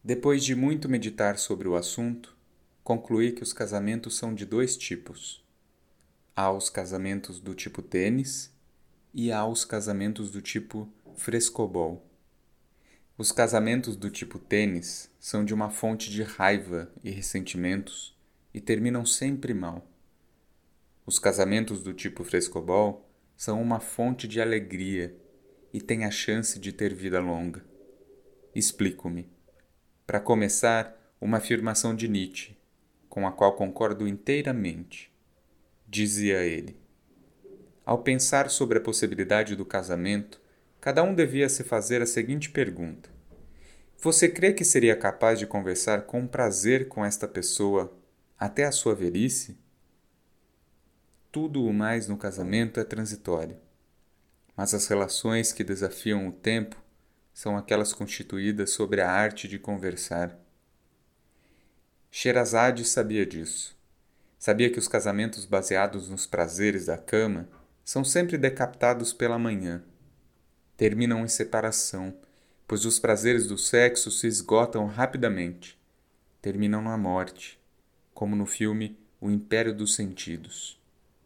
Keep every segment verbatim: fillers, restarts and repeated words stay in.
Depois de muito meditar sobre o assunto, concluí que os casamentos são de dois tipos. Há os casamentos do tipo tênis e há os casamentos do tipo frescobol. Os casamentos do tipo tênis são de uma fonte de raiva e ressentimentos e terminam sempre mal. Os casamentos do tipo frescobol são uma fonte de alegria e têm a chance de ter vida longa. Explico-me. Para começar, uma afirmação de Nietzsche, com a qual concordo inteiramente. Dizia ele: ao pensar sobre a possibilidade do casamento, cada um devia se fazer a seguinte pergunta: você crê que seria capaz de conversar com prazer com esta pessoa até a sua velhice? Tudo o mais no casamento é transitório, mas as relações que desafiam o tempo são aquelas constituídas sobre a arte de conversar. Sherazade sabia disso. Sabia que os casamentos baseados nos prazeres da cama são sempre decapitados pela manhã. Terminam em separação, pois os prazeres do sexo se esgotam rapidamente. Terminam na morte, como no filme O Império dos Sentidos.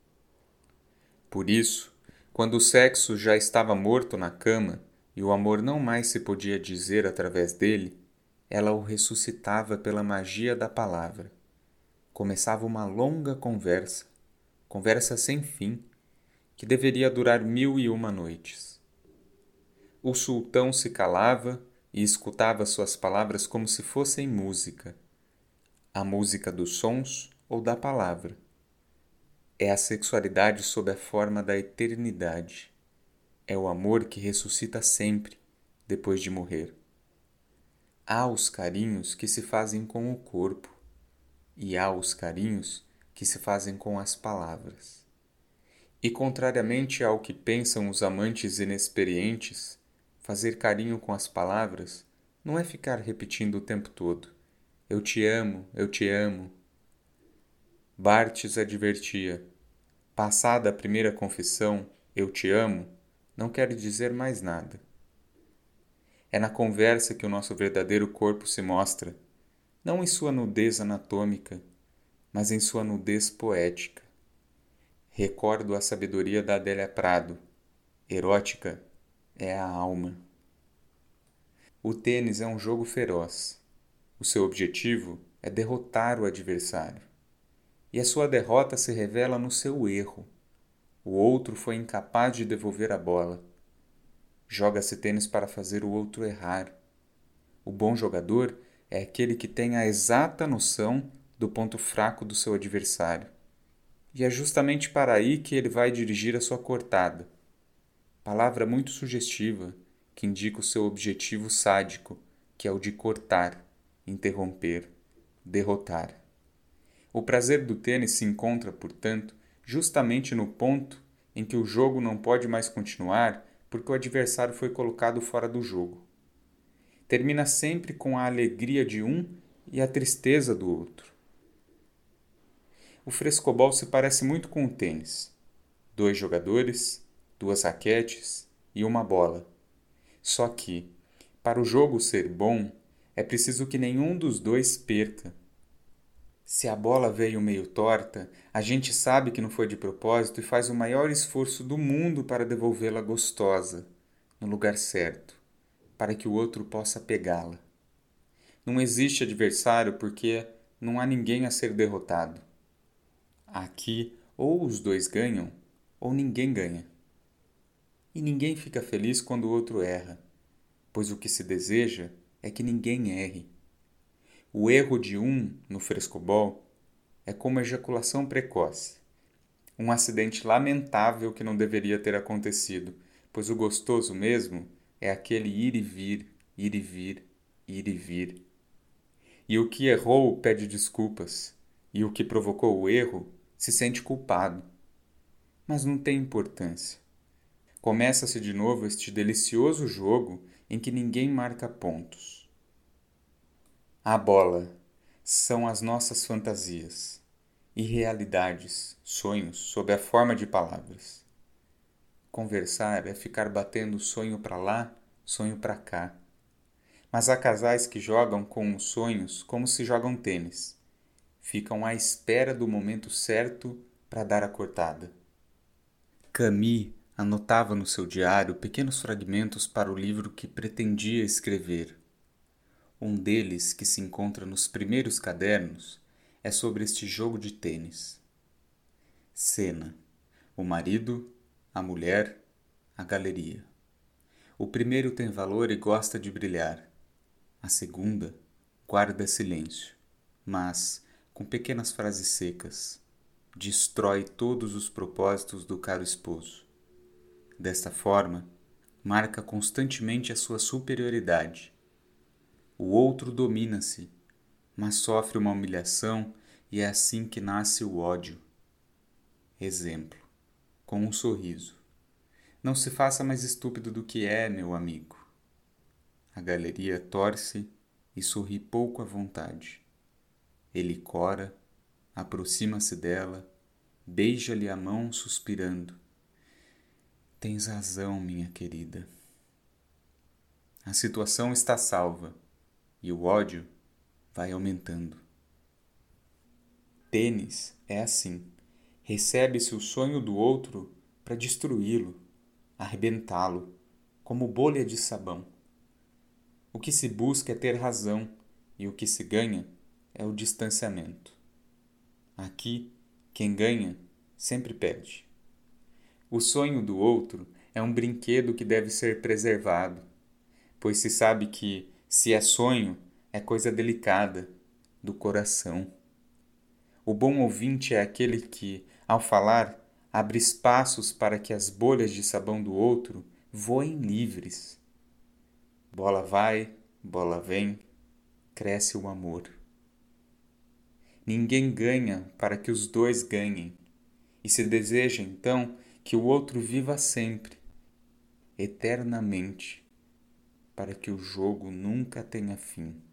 Por isso, quando o sexo já estava morto na cama e o amor não mais se podia dizer através dele, ela o ressuscitava pela magia da palavra. Começava uma longa conversa, conversa sem fim, que deveria durar mil e uma noites. O sultão se calava e escutava suas palavras como se fossem música. A música dos sons ou da palavra. É a sexualidade sob a forma da eternidade. É o amor que ressuscita sempre, depois de morrer. Há os carinhos que se fazem com o corpo, e há os carinhos que se fazem com as palavras. E contrariamente ao que pensam os amantes inexperientes, fazer carinho com as palavras não é ficar repetindo o tempo todo: eu te amo, eu te amo. Barthes advertia: passada a primeira confissão, eu te amo, não quero dizer mais nada. É na conversa que o nosso verdadeiro corpo se mostra, não em sua nudez anatômica, mas em sua nudez poética. Recordo a sabedoria da Adélia Prado: erótica é a alma. O tênis é um jogo feroz. O seu objetivo é derrotar o adversário. E a sua derrota se revela no seu erro. O outro foi incapaz de devolver a bola. Joga-se tênis para fazer o outro errar. O bom jogador é aquele que tem a exata noção do ponto fraco do seu adversário. E é justamente para aí que ele vai dirigir a sua cortada. Palavra muito sugestiva, que indica o seu objetivo sádico, que é o de cortar, interromper, derrotar. O prazer do tênis se encontra, portanto, justamente no ponto em que o jogo não pode mais continuar porque o adversário foi colocado fora do jogo. Termina sempre com a alegria de um e a tristeza do outro. O frescobol se parece muito com o tênis. Dois jogadores, duas raquetes e uma bola. Só que, para o jogo ser bom, é preciso que nenhum dos dois perca. Se a bola veio meio torta, a gente sabe que não foi de propósito e faz o maior esforço do mundo para devolvê-la gostosa, no lugar certo, para que o outro possa pegá-la. Não existe adversário porque não há ninguém a ser derrotado. Aqui, ou os dois ganham, ou ninguém ganha. E ninguém fica feliz quando o outro erra, pois o que se deseja é que ninguém erre. O erro de um, no frescobol, é como a ejaculação precoce. Um acidente lamentável que não deveria ter acontecido, pois o gostoso mesmo é aquele ir e vir, ir e vir, ir e vir. E o que errou pede desculpas, e o que provocou o erro se sente culpado. Mas não tem importância. Começa-se de novo este delicioso jogo em que ninguém marca pontos. A bola são as nossas fantasias, irrealidades, sonhos sob a forma de palavras. Conversar é ficar batendo sonho para lá, sonho para cá. Mas há casais que jogam com os sonhos como se jogam tênis. Ficam à espera do momento certo para dar a cortada. Camille anotava no seu diário pequenos fragmentos para o livro que pretendia escrever. Um deles, que se encontra nos primeiros cadernos, é sobre este jogo de tênis. Cena: o marido, a mulher, a galeria. O primeiro tem valor e gosta de brilhar. A segunda guarda silêncio, mas, com pequenas frases secas, destrói todos os propósitos do caro esposo. Desta forma, marca constantemente a sua superioridade. O outro domina-se, mas sofre uma humilhação e é assim que nasce o ódio. Exemplo: com um sorriso. Não se faça mais estúpido do que é, meu amigo. A galeria torce e sorri pouco à vontade. Ele cora, aproxima-se dela, beija-lhe a mão suspirando. Tens razão, minha querida. A situação está salva e o ódio vai aumentando. Tênis é assim. Recebe-se o sonho do outro para destruí-lo, arrebentá-lo, como bolha de sabão. O que se busca é ter razão e o que se ganha é o distanciamento. Aqui, quem ganha sempre perde. O sonho do outro é um brinquedo que deve ser preservado, pois se sabe que, se é sonho, é coisa delicada, do coração. O bom ouvinte é aquele que, ao falar, abre espaços para que as bolhas de sabão do outro voem livres. Bola vai, bola vem, cresce o amor. Ninguém ganha para que os dois ganhem, e se deseja então que o outro viva sempre, eternamente, para que o jogo nunca tenha fim.